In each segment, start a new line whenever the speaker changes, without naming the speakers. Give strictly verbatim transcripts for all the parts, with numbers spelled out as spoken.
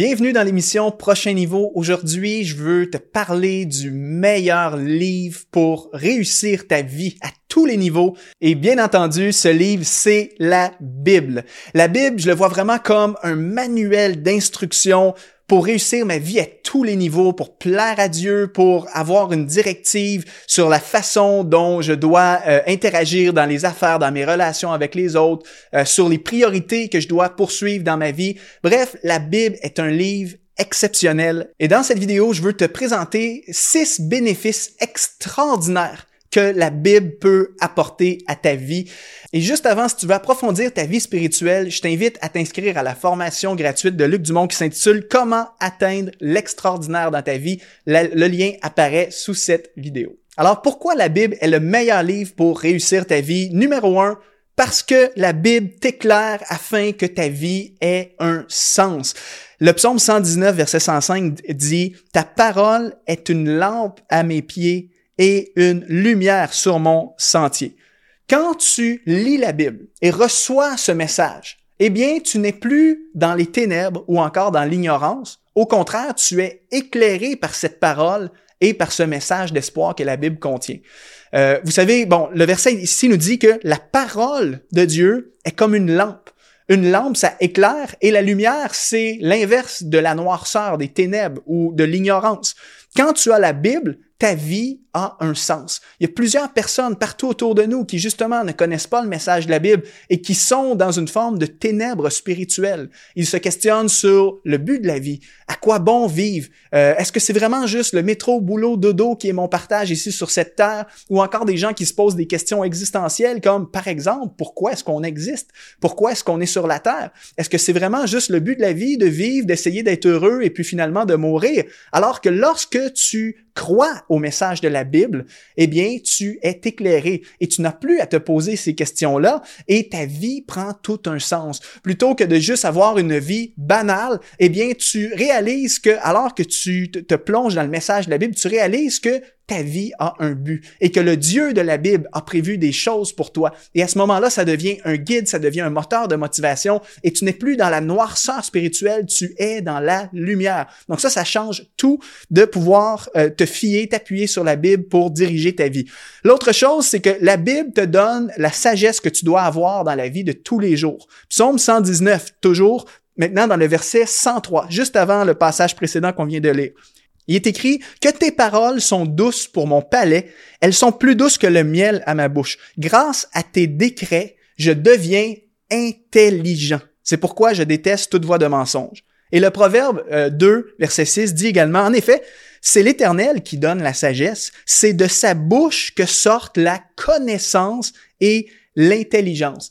Bienvenue dans l'émission Prochain Niveau. Aujourd'hui, je veux te parler du meilleur livre pour réussir ta vie à tous les niveaux. Et bien entendu, ce livre, c'est la Bible. La Bible, je le vois vraiment comme un manuel d'instruction pour réussir ma vie à tous les niveaux, pour plaire à Dieu, pour avoir une directive sur la façon dont je dois euh, interagir dans les affaires, dans mes relations avec les autres, euh, sur les priorités que je dois poursuivre dans ma vie. Bref, la Bible est un livre exceptionnel. Et dans cette vidéo, je veux te présenter six bénéfices extraordinaires que la Bible peut apporter à ta vie. Et juste avant, si tu veux approfondir ta vie spirituelle, je t'invite à t'inscrire à la formation gratuite de Luc Dumont qui s'intitule « Comment atteindre l'extraordinaire dans ta vie ». Le lien apparaît sous cette vidéo. Alors, pourquoi la Bible est le meilleur livre pour réussir ta vie? Numéro un, parce que la Bible t'éclaire afin que ta vie ait un sens. Le psaume cent dix-neuf, verset cent cinq dit « Ta parole est une lampe à mes pieds et une lumière sur mon sentier. » Quand tu lis la Bible et reçois ce message, eh bien, tu n'es plus dans les ténèbres ou encore dans l'ignorance. Au contraire, tu es éclairé par cette parole et par ce message d'espoir que la Bible contient. Euh, vous savez, bon, le verset ici nous dit que la parole de Dieu est comme une lampe. Une lampe, ça éclaire, et la lumière, c'est l'inverse de la noirceur, des ténèbres ou de l'ignorance. Quand tu as la Bible, ta vie a un sens. Il y a plusieurs personnes partout autour de nous qui, justement, ne connaissent pas le message de la Bible et qui sont dans une forme de ténèbres spirituelles. Ils se questionnent sur le but de la vie. À quoi bon vivre? Euh, est-ce que c'est vraiment juste le métro, boulot, dodo qui est mon partage ici sur cette terre? Ou encore des gens qui se posent des questions existentielles comme, par exemple, pourquoi est-ce qu'on existe? Pourquoi est-ce qu'on est sur la terre? Est-ce que c'est vraiment juste le but de la vie, de vivre, d'essayer d'être heureux et puis finalement de mourir? Alors que lorsque tu crois au message de la Bible, eh bien, tu es éclairé et tu n'as plus à te poser ces questions-là et ta vie prend tout un sens. Plutôt que de juste avoir une vie banale, eh bien, tu réalises que, alors que tu te plonges dans le message de la Bible, tu réalises que ta vie a un but et que le Dieu de la Bible a prévu des choses pour toi. Et à ce moment-là, ça devient un guide, ça devient un moteur de motivation et tu n'es plus dans la noirceur spirituelle, tu es dans la lumière. Donc ça, ça change tout de pouvoir euh, te fier, t'appuyer sur la Bible pour diriger ta vie. L'autre chose, c'est que la Bible te donne la sagesse que tu dois avoir dans la vie de tous les jours. Psaume cent dix-neuf, toujours, maintenant dans le verset cent trois, juste avant le passage précédent qu'on vient de lire. Il est écrit « Que tes paroles sont douces pour mon palais, elles sont plus douces que le miel à ma bouche. Grâce à tes décrets, je deviens intelligent. C'est pourquoi je déteste toute voix de mensonge. » Et le Proverbe euh, deux, verset six dit également « En effet, c'est l'Éternel qui donne la sagesse, c'est de sa bouche que sortent la connaissance et l'intelligence. »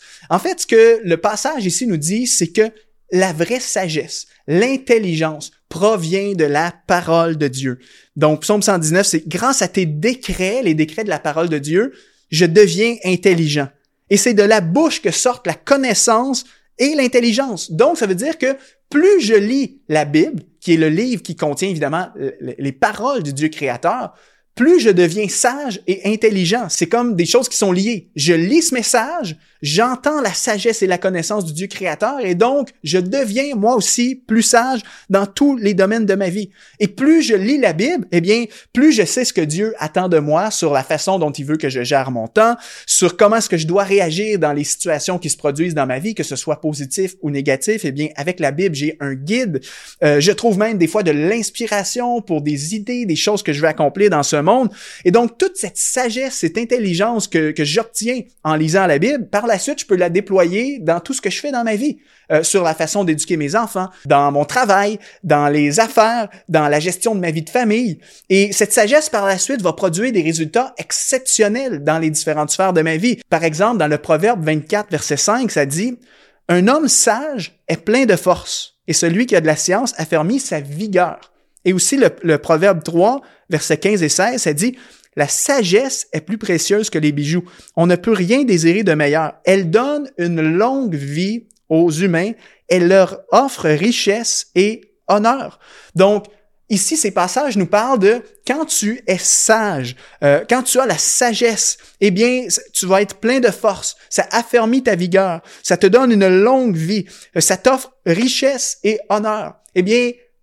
En fait, ce que le passage ici nous dit, c'est que la vraie sagesse, l'intelligence provient de la parole de Dieu. Donc, psaume cent dix-neuf, c'est « Grâce à tes décrets, les décrets de la parole de Dieu, je deviens intelligent. » Et c'est de la bouche que sortent la connaissance et l'intelligence. Donc, ça veut dire que plus je lis la Bible, qui est le livre qui contient évidemment les paroles du Dieu créateur, plus je deviens sage et intelligent. C'est comme des choses qui sont liées. Je lis ce message, j'entends la sagesse et la connaissance du Dieu créateur et donc je deviens moi aussi plus sage dans tous les domaines de ma vie. Et plus je lis la Bible, eh bien, plus je sais ce que Dieu attend de moi sur la façon dont il veut que je gère mon temps, sur comment est-ce que je dois réagir dans les situations qui se produisent dans ma vie, que ce soit positif ou négatif. Eh bien, avec la Bible, j'ai un guide. Euh, je trouve même des fois de l'inspiration pour des idées, des choses que je veux accomplir dans ce monde. Et donc, toute cette sagesse, cette intelligence que, que j'obtiens en lisant la Bible, par la suite, je peux la déployer dans tout ce que je fais dans ma vie, euh, sur la façon d'éduquer mes enfants, dans mon travail, dans les affaires, dans la gestion de ma vie de famille. Et cette sagesse, par la suite, va produire des résultats exceptionnels dans les différentes sphères de ma vie. Par exemple, dans le Proverbe vingt-quatre, verset cinq, ça dit « Un homme sage est plein de force, et celui qui a de la science affermit sa vigueur. » Et aussi le, le Proverbe trois, versets quinze et seize, ça dit « La sagesse est plus précieuse que les bijoux. On ne peut rien désirer de meilleur. Elle donne une longue vie aux humains. Elle leur offre richesse et honneur. » Donc, ici, ces passages nous parlent de quand tu es sage, euh, quand tu as la sagesse, eh bien, tu vas être plein de force. Ça affermit ta vigueur. Ça te donne une longue vie. Ça t'offre richesse et honneur. Eh bien,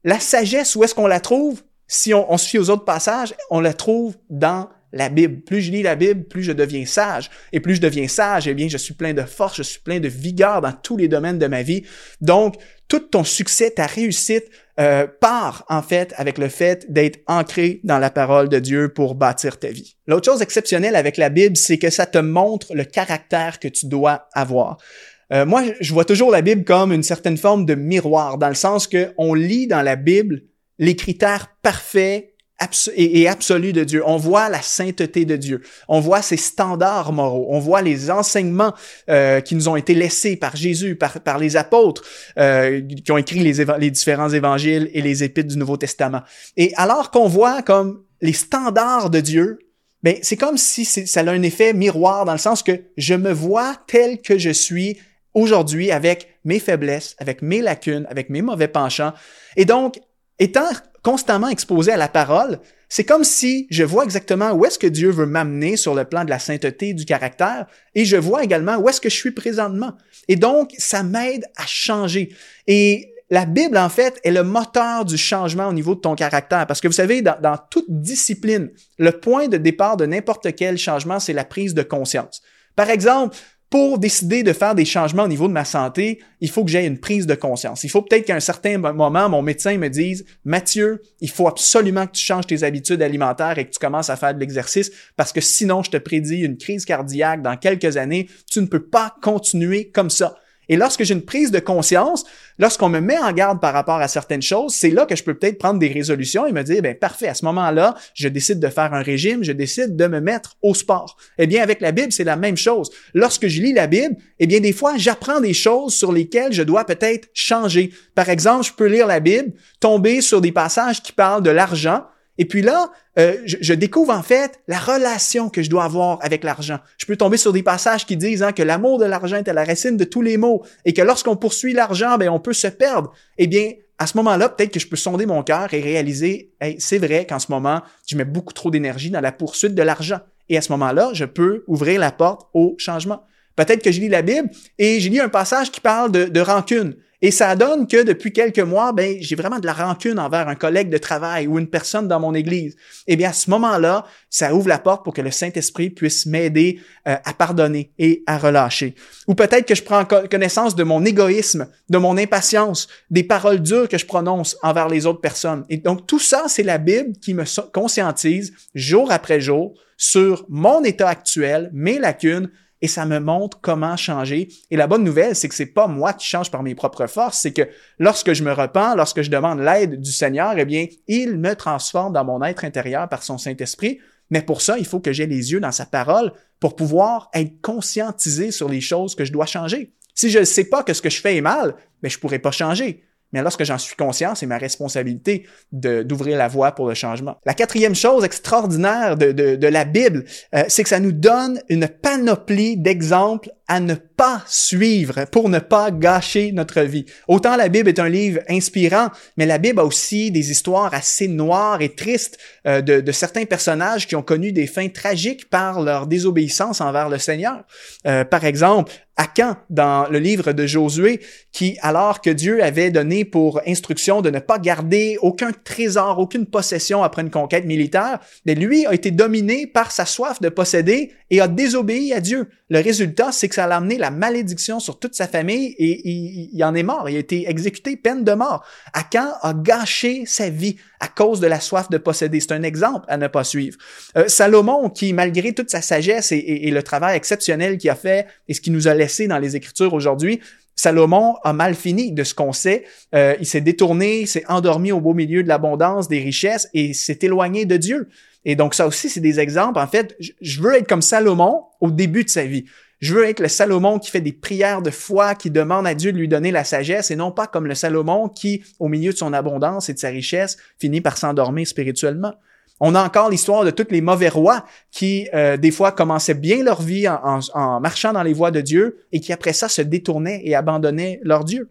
la sagesse, où est-ce qu'on la trouve? Si on, on se fie aux autres passages, on la trouve dans la Bible. Plus je lis la Bible, plus je deviens sage. Et plus je deviens sage, eh bien, je suis plein de force, je suis plein de vigueur dans tous les domaines de ma vie. Donc, tout ton succès, ta réussite euh, part, en fait, avec le fait d'être ancré dans la parole de Dieu pour bâtir ta vie. L'autre chose exceptionnelle avec la Bible, c'est que ça te montre le caractère que tu dois avoir. Euh, moi, je vois toujours la Bible comme une certaine forme de miroir, dans le sens que on lit dans la Bible les critères parfaits abso- et, et absolus de Dieu. On voit la sainteté de Dieu. On voit ses standards moraux. On voit les enseignements euh, qui nous ont été laissés par Jésus, par, par les apôtres euh, qui ont écrit les, éva- les différents évangiles et les épîtres du Nouveau Testament. Et alors qu'on voit comme les standards de Dieu, ben c'est comme si c'est, ça a un effet miroir dans le sens que je me vois tel que je suis aujourd'hui avec mes faiblesses, avec mes lacunes, avec mes mauvais penchants. Et donc, étant constamment exposé à la parole, c'est comme si je vois exactement où est-ce que Dieu veut m'amener sur le plan de la sainteté, du caractère, et je vois également où est-ce que je suis présentement. Et donc, ça m'aide à changer. Et la Bible, en fait, est le moteur du changement au niveau de ton caractère. Parce que vous savez, dans, dans toute discipline, le point de départ de n'importe quel changement, c'est la prise de conscience. Par exemple, pour décider de faire des changements au niveau de ma santé, il faut que j'aie une prise de conscience. Il faut peut-être qu'à un certain moment, mon médecin me dise « Mathieu, il faut absolument que tu changes tes habitudes alimentaires et que tu commences à faire de l'exercice parce que sinon, je te prédis une crise cardiaque dans quelques années. Tu ne peux pas continuer comme ça. » Et lorsque j'ai une prise de conscience, lorsqu'on me met en garde par rapport à certaines choses, c'est là que je peux peut-être prendre des résolutions et me dire, ben parfait, à ce moment-là, je décide de faire un régime, je décide de me mettre au sport. Eh bien, avec la Bible, c'est la même chose. Lorsque je lis la Bible, eh bien, des fois, j'apprends des choses sur lesquelles je dois peut-être changer. Par exemple, je peux lire la Bible, tomber sur des passages qui parlent de l'argent, et puis là, euh, je, je découvre en fait la relation que je dois avoir avec l'argent. Je peux tomber sur des passages qui disent hein, que l'amour de l'argent est à la racine de tous les maux et que lorsqu'on poursuit l'argent, ben on peut se perdre. Eh bien, à ce moment-là, peut-être que je peux sonder mon cœur et réaliser, hey, c'est vrai qu'en ce moment, je mets beaucoup trop d'énergie dans la poursuite de l'argent. Et à ce moment-là, je peux ouvrir la porte au changement. Peut-être que je lis la Bible et je lis un passage qui parle de, de rancune. Et ça donne que depuis quelques mois, ben, j'ai vraiment de la rancune envers un collègue de travail ou une personne dans mon église. Eh bien, à ce moment-là, ça ouvre la porte pour que le Saint-Esprit puisse m'aider euh, à pardonner et à relâcher. Ou peut-être que je prends connaissance de mon égoïsme, de mon impatience, des paroles dures que je prononce envers les autres personnes. Et donc, tout ça, c'est la Bible qui me conscientise jour après jour sur mon état actuel, mes lacunes, et ça me montre comment changer. Et la bonne nouvelle, c'est que c'est pas moi qui change par mes propres forces, c'est que lorsque je me repens, lorsque je demande l'aide du Seigneur, eh bien, il me transforme dans mon être intérieur par son Saint-Esprit. Mais pour ça, il faut que j'aie les yeux dans sa parole pour pouvoir être conscientisé sur les choses que je dois changer. Si je ne sais pas que ce que je fais est mal, ben, je pourrais pas changer. Mais lorsque j'en suis conscient, c'est ma responsabilité de, d'ouvrir la voie pour le changement. La quatrième chose extraordinaire de, de, de la Bible, euh, c'est que ça nous donne une panoplie d'exemples à ne pas suivre pour ne pas gâcher notre vie. Autant la Bible est un livre inspirant, mais la Bible a aussi des histoires assez noires et tristes euh, de, de certains personnages qui ont connu des fins tragiques par leur désobéissance envers le Seigneur. Euh, par exemple, Akan, dans le livre de Josué, qui, alors que Dieu avait donné pour instruction de ne pas garder aucun trésor, aucune possession après une conquête militaire, mais lui a été dominé par sa soif de posséder et a désobéi à Dieu. Le résultat, c'est que ça a amené la malédiction sur toute sa famille et il, il en est mort. Il a été exécuté, peine de mort. Akan a gâché sa vie à cause de la soif de posséder. C'est un exemple à ne pas suivre. Euh, Salomon, qui, malgré toute sa sagesse et, et, et le travail exceptionnel qu'il a fait et ce qu'il nous a laissé dans les Écritures aujourd'hui, Salomon a mal fini de ce qu'on sait. Euh, il s'est détourné, il s'est endormi au beau milieu de l'abondance, des richesses et s'est éloigné de Dieu. Et donc ça aussi, c'est des exemples. En fait, je veux être comme Salomon au début de sa vie. Je veux être le Salomon qui fait des prières de foi, qui demande à Dieu de lui donner la sagesse, et non pas comme le Salomon qui, au milieu de son abondance et de sa richesse, finit par s'endormir spirituellement. On a encore l'histoire de tous les mauvais rois qui, euh, des fois, commençaient bien leur vie en, en, en marchant dans les voies de Dieu et qui, après ça, se détournaient et abandonnaient leur Dieu.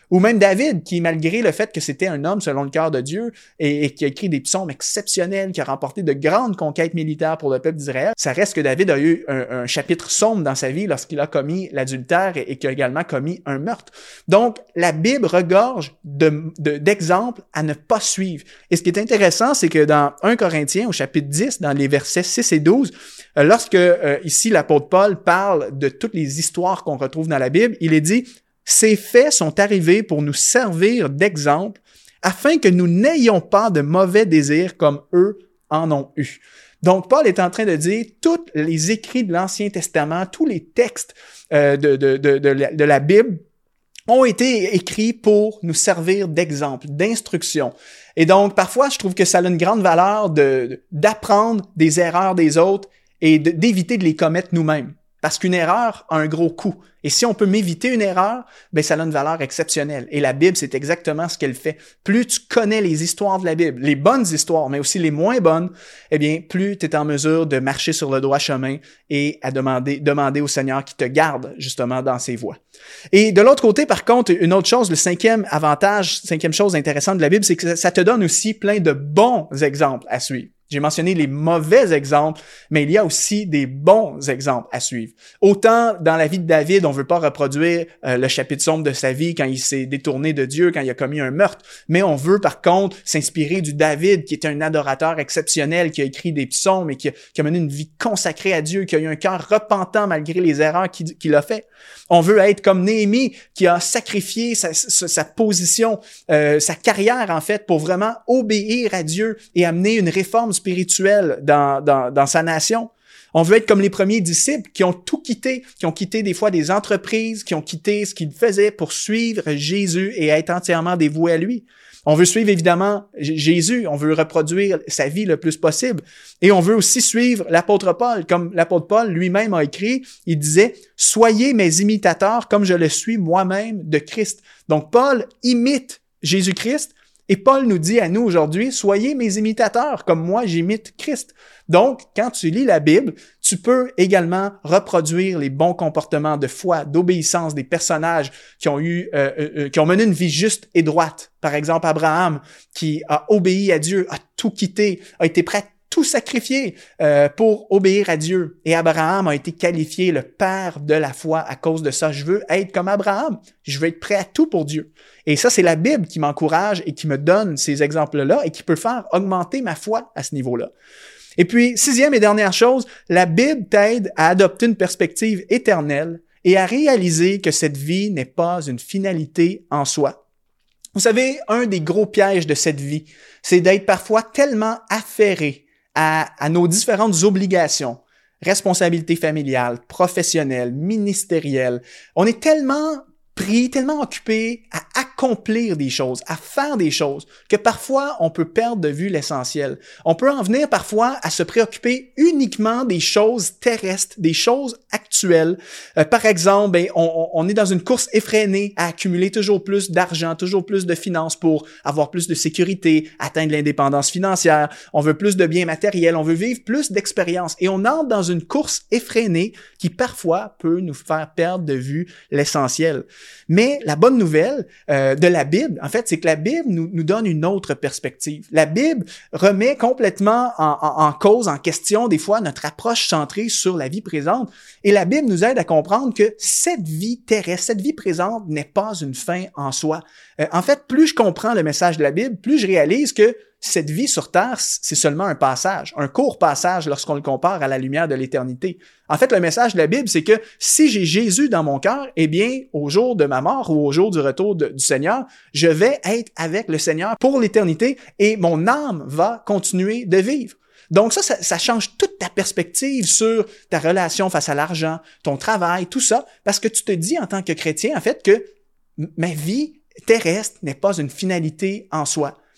Ou même David, qui, malgré le fait que c'était un homme selon le cœur de Dieu et, et qui a écrit des psaumes exceptionnels, qui a remporté de grandes conquêtes militaires pour le peuple d'Israël, ça reste que David a eu un, un chapitre sombre dans sa vie lorsqu'il a commis l'adultère et, et qu'il a également commis un meurtre. Donc, la Bible regorge de, de, d'exemples à ne pas suivre. Et ce qui est intéressant, c'est que dans Premier Corinthiens, au chapitre dix, dans les versets six et douze, euh, lorsque euh, ici l'apôtre Paul parle de toutes les histoires qu'on retrouve dans la Bible, il est dit « Ces faits sont arrivés pour nous servir d'exemple, afin que nous n'ayons pas de mauvais désirs comme eux en ont eu. » Donc, Paul est en train de dire tous les écrits de l'Ancien Testament, tous les textes euh, de, de, de, de, la, de la Bible ont été écrits pour nous servir d'exemple, d'instruction. Et donc, parfois, je trouve que ça a une grande valeur de, d'apprendre des erreurs des autres et de, d'éviter de les commettre nous-mêmes. Parce qu'une erreur a un gros coût. Et si on peut m'éviter une erreur, ben ça a une valeur exceptionnelle. Et la Bible, c'est exactement ce qu'elle fait. Plus tu connais les histoires de la Bible, les bonnes histoires, mais aussi les moins bonnes, eh bien, plus tu es en mesure de marcher sur le droit chemin et à demander, demander au Seigneur qui te garde justement dans ses voies. Et de l'autre côté, par contre, une autre chose, le cinquième avantage, cinquième chose intéressante de la Bible, c'est que ça te donne aussi plein de bons exemples à suivre. J'ai mentionné les mauvais exemples, mais il y a aussi des bons exemples à suivre. Autant dans la vie de David, on veut pas reproduire euh, le chapitre sombre de sa vie quand il s'est détourné de Dieu, quand il a commis un meurtre, mais on veut par contre s'inspirer du David qui était un adorateur exceptionnel, qui a écrit des psaumes et qui a, qui a mené une vie consacrée à Dieu, qui a eu un cœur repentant malgré les erreurs qu'il, qu'il a fait. On veut être comme Néhémie qui a sacrifié sa, sa, sa position, euh, sa carrière en fait, pour vraiment obéir à Dieu et amener une réforme spirituelle dans, dans, dans sa nation. On veut être comme les premiers disciples qui ont tout quitté, qui ont quitté des fois des entreprises, qui ont quitté ce qu'ils faisaient pour suivre Jésus et être entièrement dévoués à lui. On veut suivre évidemment Jésus, on veut reproduire sa vie le plus possible. Et on veut aussi suivre l'apôtre Paul, comme l'apôtre Paul lui-même a écrit, il disait « Soyez mes imitateurs comme je le suis moi-même de Christ ». Donc Paul imite Jésus-Christ. Et Paul nous dit à nous aujourd'hui, soyez mes imitateurs, comme moi j'imite Christ. Donc, quand tu lis la Bible, tu peux également reproduire les bons comportements de foi, d'obéissance des personnages qui ont eu, euh, euh, qui ont mené une vie juste et droite. Par exemple, Abraham, qui a obéi à Dieu, a tout quitté, a été prêt à tout sacrifier euh, pour obéir à Dieu. Et Abraham a été qualifié le père de la foi à cause de ça. Je veux être comme Abraham. Je veux être prêt à tout pour Dieu. Et ça, c'est la Bible qui m'encourage et qui me donne ces exemples-là et qui peut faire augmenter ma foi à ce niveau-là. Et puis, sixième et dernière chose, la Bible t'aide à adopter une perspective éternelle et à réaliser que cette vie n'est pas une finalité en soi. Vous savez, un des gros pièges de cette vie, c'est d'être parfois tellement affairé à, à nos différentes obligations, responsabilités familiales, professionnelles, ministérielles. On est tellement pris, tellement occupé à accomplir des choses, à faire des choses, que parfois on peut perdre de vue l'essentiel. On peut en venir parfois à se préoccuper uniquement des choses terrestres, des choses actuelles. Euh, par exemple, ben, on, on est dans une course effrénée à accumuler toujours plus d'argent, toujours plus de finances pour avoir plus de sécurité, atteindre l'indépendance financière. On veut plus de biens matériels, on veut vivre plus d'expériences. Et on entre dans une course effrénée qui parfois peut nous faire perdre de vue l'essentiel. Mais la bonne nouvelle euh, de la Bible, en fait, c'est que la Bible nous, nous donne une autre perspective. La Bible remet complètement en, en, en cause, en question, des fois, notre approche centrée sur la vie présente. Et la Bible nous aide à comprendre que cette vie terrestre, cette vie présente n'est pas une fin en soi. Euh, en fait, plus je comprends le message de la Bible, plus je réalise que cette vie sur Terre, c'est seulement un passage, un court passage lorsqu'on le compare à la lumière de l'éternité. En fait, le message de la Bible, c'est que si j'ai Jésus dans mon cœur, eh bien, au jour de ma mort ou au jour du retour de, du Seigneur, je vais être avec le Seigneur pour l'éternité et mon âme va continuer de vivre. Donc ça, ça, ça change toute ta perspective sur ta relation face à l'argent, ton travail, tout ça, parce que tu te dis en tant que chrétien, en fait, que ma vie terrestre n'est pas une finalité en soi.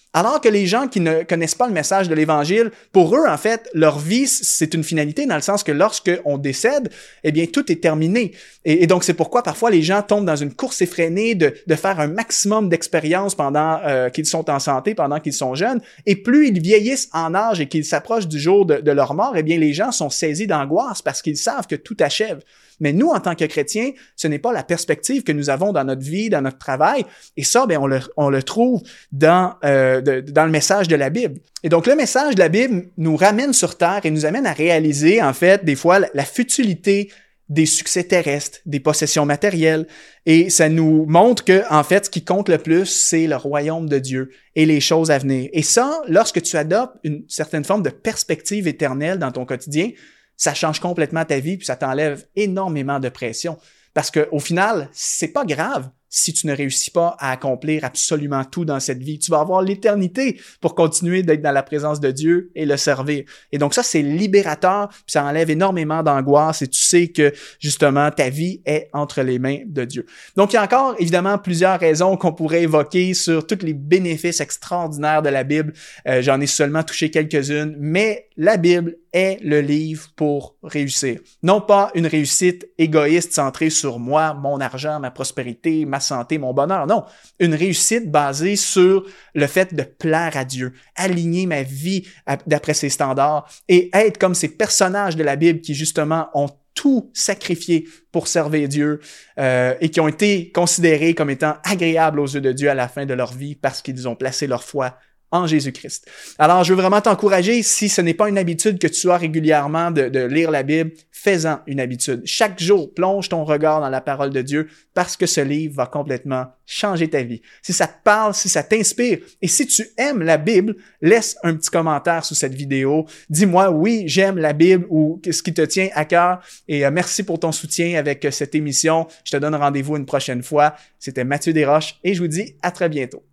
Alors que les gens qui ne connaissent pas le message de l'Évangile, pour eux, en fait, leur vie, c'est une finalité dans le sens que lorsque on décède, eh bien, tout est terminé. Et, et donc, c'est pourquoi parfois les gens tombent dans une course effrénée de, de faire un maximum d'expérience pendant euh, qu'ils sont en santé, pendant qu'ils sont jeunes. Et plus ils vieillissent en âge et qu'ils s'approchent du jour de, de leur mort, eh bien, les gens sont saisis d'angoisse parce qu'ils savent que tout achève. Mais nous, en tant que chrétiens, ce n'est pas la perspective que nous avons dans notre vie, dans notre travail. Et ça, ben, on le, on le trouve dans, euh, de, dans le message de la Bible. Et donc, le message de la Bible nous ramène sur terre et nous amène à réaliser, en fait, des fois, la, la futilité des succès terrestres, des possessions matérielles. Et ça nous montre que, en fait, ce qui compte le plus, c'est le royaume de Dieu et les choses à venir. Et ça, lorsque tu adoptes une certaine forme de perspective éternelle dans ton quotidien, ça change complètement ta vie puis ça t'enlève énormément de pression. Parce que au final, c'est pas grave si tu ne réussis pas à accomplir absolument tout dans cette vie. Tu vas avoir l'éternité pour continuer d'être dans la présence de Dieu et le servir. Et donc ça, c'est libérateur, puis ça enlève énormément d'angoisse et tu sais que justement, ta vie est entre les mains de Dieu. Donc il y a encore évidemment plusieurs raisons qu'on pourrait évoquer sur tous les bénéfices extraordinaires de la Bible. Euh, j'en ai seulement touché quelques-unes, mais la Bible est le livre pour réussir. Non pas une réussite égoïste centrée sur moi, mon argent, ma prospérité, ma santé, mon bonheur. Non, une réussite basée sur le fait de plaire à Dieu, aligner ma vie d'après ses standards et être comme ces personnages de la Bible qui justement ont tout sacrifié pour servir Dieu euh, et qui ont été considérés comme étant agréables aux yeux de Dieu à la fin de leur vie parce qu'ils ont placé leur foi en Jésus-Christ. Alors, je veux vraiment t'encourager, si ce n'est pas une habitude que tu as régulièrement de, de lire la Bible, fais-en une habitude. Chaque jour, plonge ton regard dans la parole de Dieu parce que ce livre va complètement changer ta vie. Si ça te parle, si ça t'inspire et si tu aimes la Bible, laisse un petit commentaire sous cette vidéo. Dis-moi, oui, j'aime la Bible ou ce qui te tient à cœur et euh, merci pour ton soutien avec euh, cette émission. Je te donne rendez-vous une prochaine fois. C'était Mathieu Desroches et je vous dis à très bientôt.